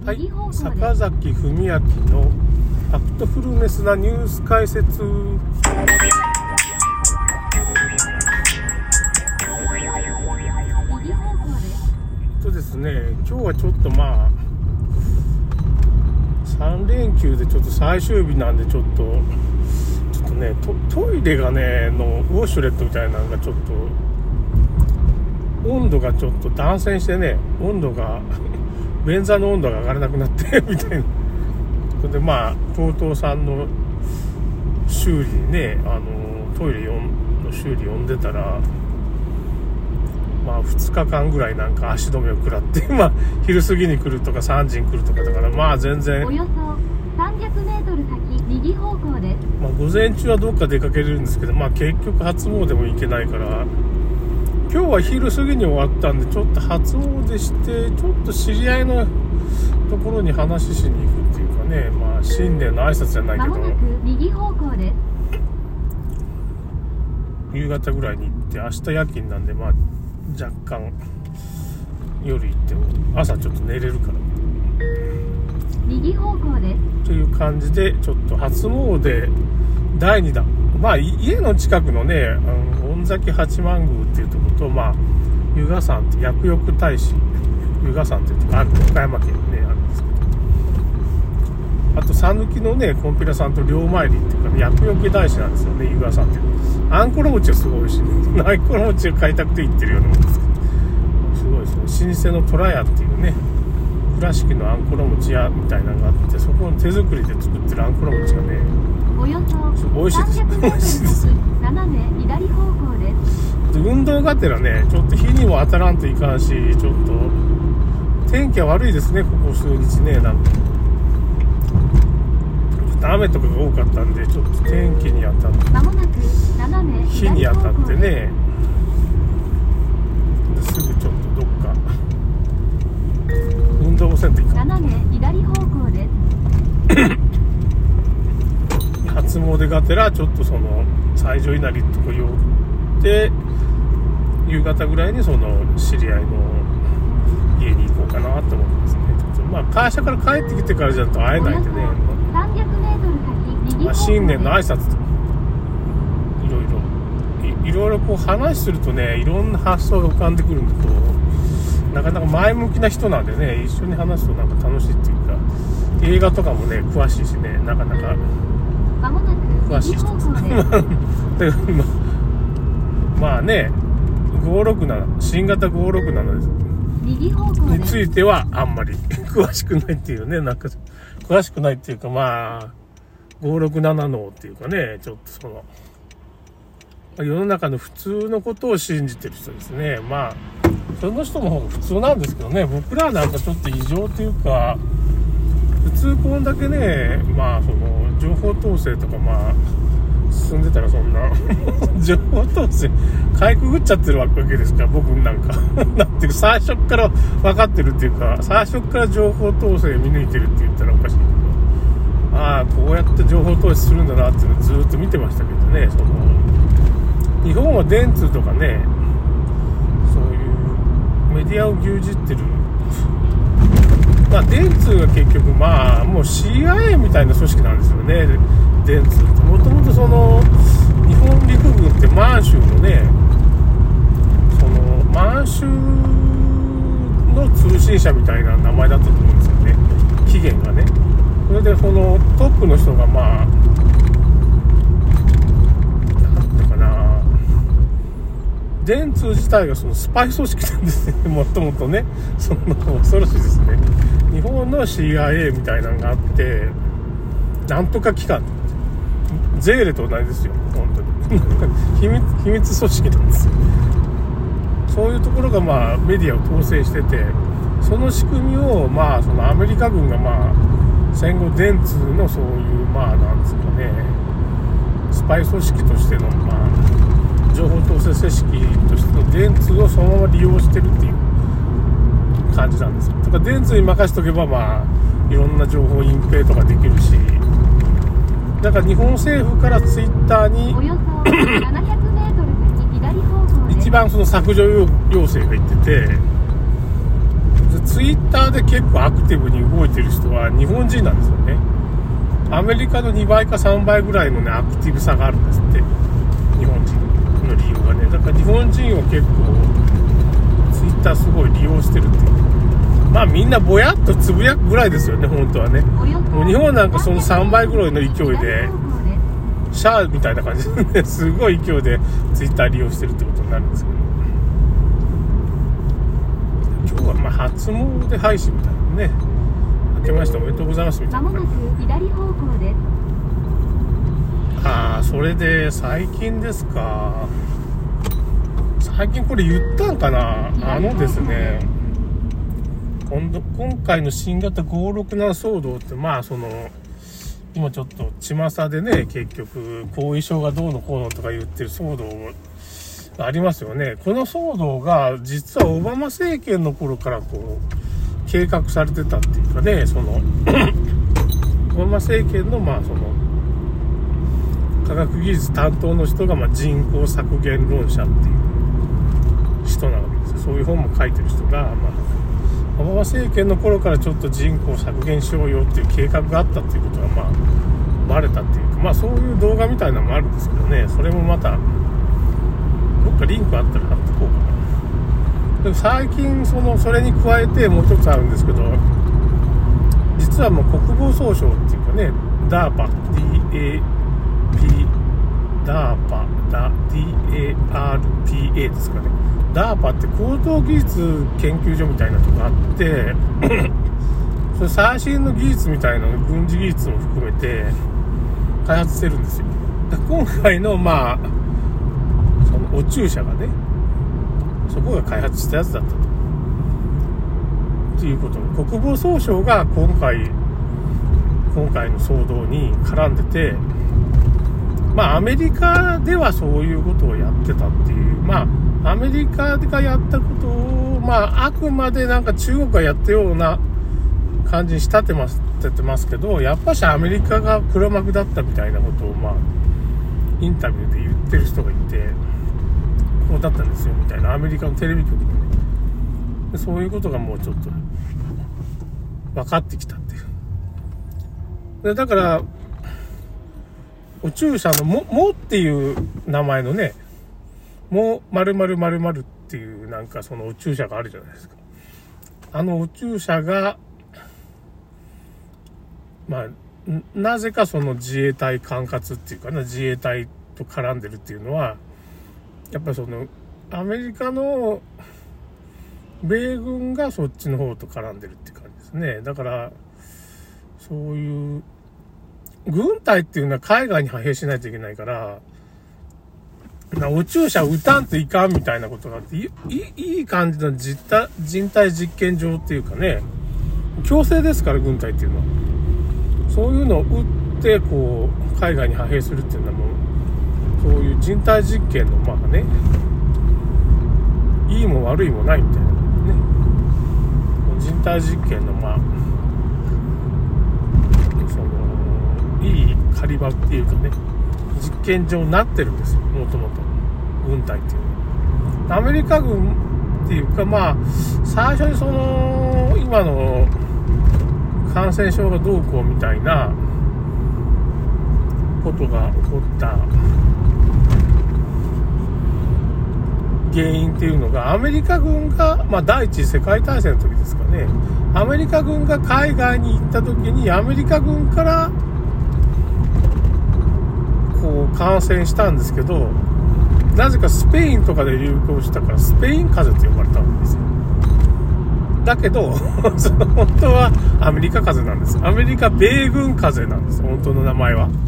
はい、坂崎文明のファクトフルネスなニュース解説。ですね、今日はちょっと3連休でちょっと最終日なんでちょっとね、トイレがねのウォシュレットみたいなのがちょっと温度がちょっと断線してね、便座の温度が上がらなくなってみたいな。それでTOTOさんの修理にね、トイレの修理呼んでたら、2日間ぐらいなんか足止めを食らって昼過ぎに来るとか3時に来るとかだから全然およそ300メートル先右方向です。 午前中はどっか出かけれるんですけど結局初詣も行けないから、今日は昼過ぎに終わったんでちょっと初詣してちょっと知り合いのところに話しに行くっていうかね、新年の挨拶じゃないけど間もなく右方向です。 夕方ぐらいに行って明日夜勤なんで若干夜行っても朝ちょっと寝れるから右方向ですという感じで、ちょっと初詣第2弾、家の近くのね御嶽八幡宮っていうところと湯河山って薬浴大使湯河山っていうとこ岡山県にねあるんですけど、あと讃岐のねこんぴらさんと両参りっていうか、薬浴大使なんですよね湯河山っていう。あんころ餅はすごい美味しいね。あんころ餅を買いたくて行ってるようなもんですけど、すごいですね。老舗の虎屋っていうね倉敷のあんころ餅屋みたいなのがあって、そこの手作りで作ってるあんころ餅がねおよそ美味しいです。美味しいですよ。 斜め左方向です。 運動がてらねちょっと日にも当たらんといかんし、ちょっと天気は悪いですねここ数日ね。なんか雨とかが多かったんで、ちょっと天気に当たって火に当たってね、すぐちょっとどっか運動せんといかん。 斜め左方向です初詣がてらちょっとその最上稲荷とこ寄って夕方ぐらいにその知り合いの家に行こうかなと思ってますね。ちょっと会社から帰ってきてからじゃと会えないんでね、新年の挨拶とかいろいろ話するとね、いろんな発想が浮かんでくるんで、なかなか前向きな人なんでね、一緒に話すとなんか楽しいっていうか、映画とかもね詳しいしね、なかなか詳しい人ですね。ね567新型567ですについてはあんまり詳しくないっていうね、なんか詳しくないっていうか567のっていうかね、ちょっと世の中の普通のことを信じてる人ですね。その人の方が普通なんですけどね、僕らなんかちょっと異常というか、普通こんだけね情報統制とか進んでたらそんな情報統制かいくぐっちゃってるわけですから、僕なんかなんていうか最初から分かってるっていうか、最初から情報統制見抜いてるって言ったらおかしいけど、こうやって情報統制するんだなっていうのをずっと見てましたけどね。日本は電通とかね、そういうメディアを牛耳ってる電通が結局もう CIA みたいな組織なんですよね。電通ってもともと日本陸軍って満州のね満州の通信社みたいな名前だったと思うんですよね、起源がね。それでトップの人がなんていうかな、電通自体がスパイ組織なんですね、もともとね。恐ろしいですね。日本の CIA みたいなのがあって、なんとか機関、ゼーレと同じですよ本当に秘密組織なんですよ。そういうところがメディアを統制してて、その仕組みをアメリカ軍が戦後電通のそういうなんですかね、スパイ組織としての情報統制組織としての電通をそのまま利用してるっていう感じなんですよ。だから電通に任せとけばいろんな情報隠蔽とかできるし、だから日本政府からツイッターに一番削除要請がいってて、 ツイッターで結構アクティブに動いてる人は日本人なんですよね。アメリカの2倍か3倍ぐらいのね、アクティブさがあるんですって。日本人の利用がね。だから日本人を結構、ツイッターすごい利用してるっていう。まあみんなぼやっとつぶやくぐらいですよね、本当はね。もう日本なんかその3倍ぐらいの勢いで、シャーみたいな感じでね、すごい勢いでツイッター利用してるってことになるんですけど。今日はまあ初詣配信みたいなね。明けましておめでとうございますみたいな。 まもなく左方向です。 ああ、それで最近ですか。最近これ言ったんかな。ですね、今回の新型567騒動って、まあその今ちょっと巷でね、結局後遺症がどうのこうのとか言ってる騒動がありますよね。この騒動が実はオバマ政権の頃からこう計画されてたっていうかね、そのオバマ政権のまあその科学技術担当の人がまあ人口削減論者っていう人なわけですよ。そういう本も書いてる人が、まあオバマ政権の頃からちょっと人口削減しようよっていう計画があったっていうことがまあバレたっていうか、まあそういう動画みたいなのもあるんですけどね、それもまたどっかリンクあったら貼ってこうかな。でも最近それに加えてもう一つあるんですけど、実はもう国防総省っていうかね、DARPA ですかね。DARPA って高等技術研究所みたいなとこがあってそれ最新の技術みたいなの軍事技術も含めて開発してるんですよ。今回のまあそのお注射がね、そこが開発したやつだったということで、国防総省が今回の騒動に絡んでて、まあアメリカではそういうことをやってたっていう、まあアメリカがやったことを、まああくまでなんか中国がやったような感じに仕立てますけど、やっぱしアメリカが黒幕だったみたいなことをまあインタビューで言ってる人がいて、こうだったんですよみたいな、アメリカのテレビ局でね、でそういうことがもうちょっと分かってきたっていう。でだからお注射のもっていう名前のね、も〇〇〇〇っていうなんかそのお注射があるじゃないですか。あのお注射がまあなぜかその自衛隊管轄っていうかな、自衛隊と絡んでるっていうのはやっぱりそのアメリカの米軍がそっちの方と絡んでるって感じですね。だからそういう軍隊っていうのは海外に派兵しないといけないから、お注射打たんといかんみたいなことがあって、いい感じの人体実験場っていうかね、強制ですから軍隊っていうのは。そういうのを打ってこう海外に派兵するっていうのはもうそういう人体実験のまあね、いいも悪いもないみたいなね、人体実験のまあいい狩り場っていうかね、実験場になってるんですよ、もともと軍隊っていうのは。アメリカ軍っていうかまあ最初にその今の感染症がどうこうみたいなことが起こった原因っていうのが、アメリカ軍がまあ第一次世界大戦の時ですかね、アメリカ軍が海外に行った時にアメリカ軍からこう感染したんですけど、なぜかスペインとかで流行したからスペイン風邪と呼ばれたんですよ。だけどその本当はアメリカ風邪なんです。アメリカ米軍風邪なんです、本当の名前は。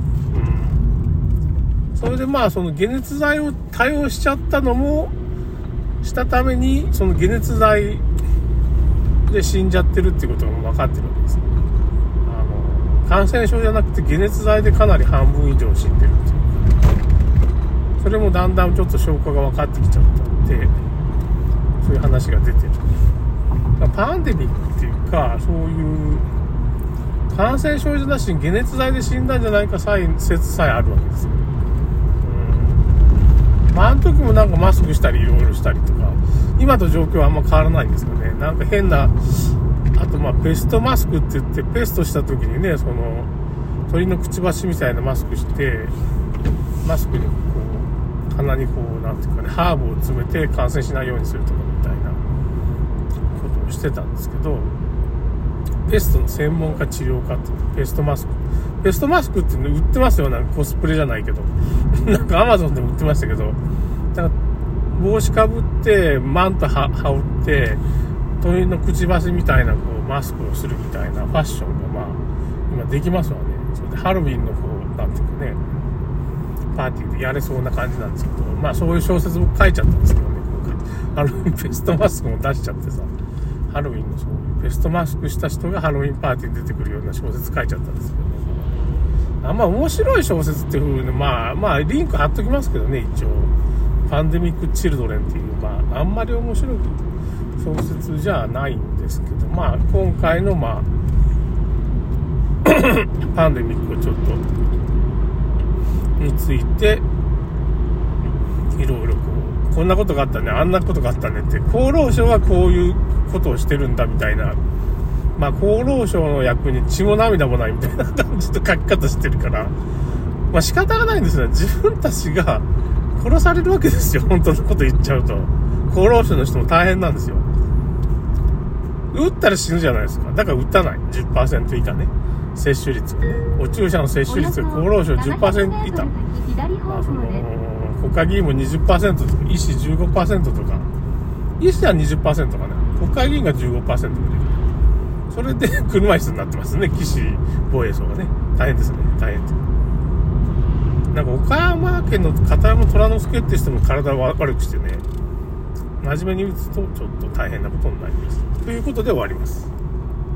それでまあその解熱剤を多用しちゃったのもしたために、その解熱剤で死んじゃってるっていうことが分かってるわけです。感染症じゃなくて解熱剤でかなり半分以上死んでるっていう、それもだんだんちょっと証拠が分かってきちゃったんで、そういう話が出てる。パンデミックっていうか、そういう感染症じゃなしに解熱剤で死んだんじゃないか説さえあるわけですよ。まああの時もなんかマスクしたりいろいろしたりとか今と状況はあんま変わらないんですよね。なんか変な、あとペストマスクって言って、ペストした時にね、その鳥のくちばしみたいなマスクして、マスクにこう鼻にこうなんていうかね、ハーブを詰めて感染しないようにするとかみたいなことをしてたんですけど、ペストの専門家治療家ってペストマスクって売ってますよ。なんかコスプレじゃないけどなんかアマゾンでも売ってましたけど、なんか帽子かぶってマント羽織って鳥のくちばしみたいなこうマスクをするみたいなファッションが今できますわね。それでハロウィンのこうなんていうかね、パーティーでやれそうな感じなんですけど、そういう小説僕書いちゃったんですけどね、今回ハロウィンペストマスクも出しちゃってさ、ハロウィンのそういうペストマスクした人がハロウィンパーティーに出てくるような小説書いちゃったんですけど、あんま面白い小説っていう風にリンク貼っときますけどね、一応パンデミックチルドレンっていうあんまり面白い小説じゃないんですけど、今回のパンデミックをちょっとについていろいろこんなことがあったね、あんなことがあったねって、厚労省はこういうことをしてるんだみたいな、厚労省の役に血も涙もないみたいな感じの書き方してるから、仕方がないんですよね。自分たちが殺されるわけですよ、本当のこと言っちゃうと。厚労省の人も大変なんですよ。打ったら死ぬじゃないですか。だから打たない。10% 以下ね。接種率がね。お注射の接種率が厚労省 10% 以下。国会議員も 20% とか、医師 15% とか。医師は 20% かね。国会議員が 15% ぐらい。それで車椅子になってますね。岸防衛省がね。大変ですね。大変って。なんか岡山県の片山虎之助って人も体を悪くしてね、真面目に打つとちょっと大変なことになります。ということで終わります。